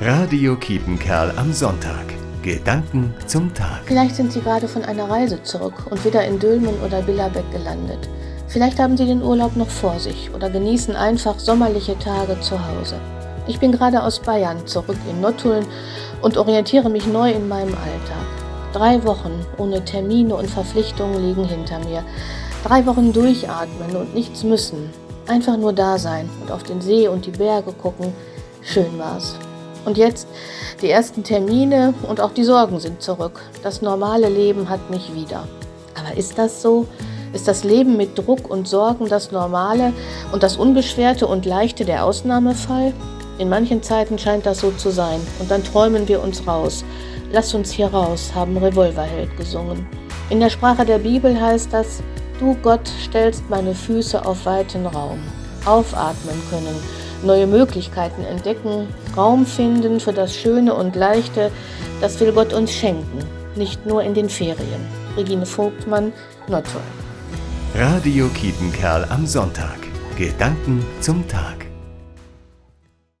Radio Kiepenkerl am Sonntag. Gedanken zum Tag. Vielleicht sind Sie gerade von einer Reise zurück und wieder in Dülmen oder Billerbeck gelandet. Vielleicht haben Sie den Urlaub noch vor sich oder genießen einfach sommerliche Tage zu Hause. Ich bin gerade aus Bayern zurück in Nottuln und orientiere mich neu in meinem Alltag. 3 Wochen ohne Termine und Verpflichtungen liegen hinter mir. 3 Wochen durchatmen und nichts müssen. Einfach nur da sein und auf den See und die Berge gucken. Schön war's. Und jetzt die ersten Termine und auch die Sorgen sind zurück. Das normale Leben hat mich wieder. Aber ist das so? Ist das Leben mit Druck und Sorgen das Normale und das Unbeschwerte und Leichte der Ausnahmefall? In manchen Zeiten scheint das so zu sein und dann träumen wir uns raus. Lass uns hier raus, haben Revolverheld gesungen. In der Sprache der Bibel heißt das: Du Gott stellst meine Füße auf weiten Raum. Aufatmen können, neue Möglichkeiten entdecken, Raum finden für das Schöne und Leichte, das will Gott uns schenken, nicht nur in den Ferien. Regine Vogtmann, Nottuln. Radio Kiepenkerl am Sonntag. Gedanken zum Tag.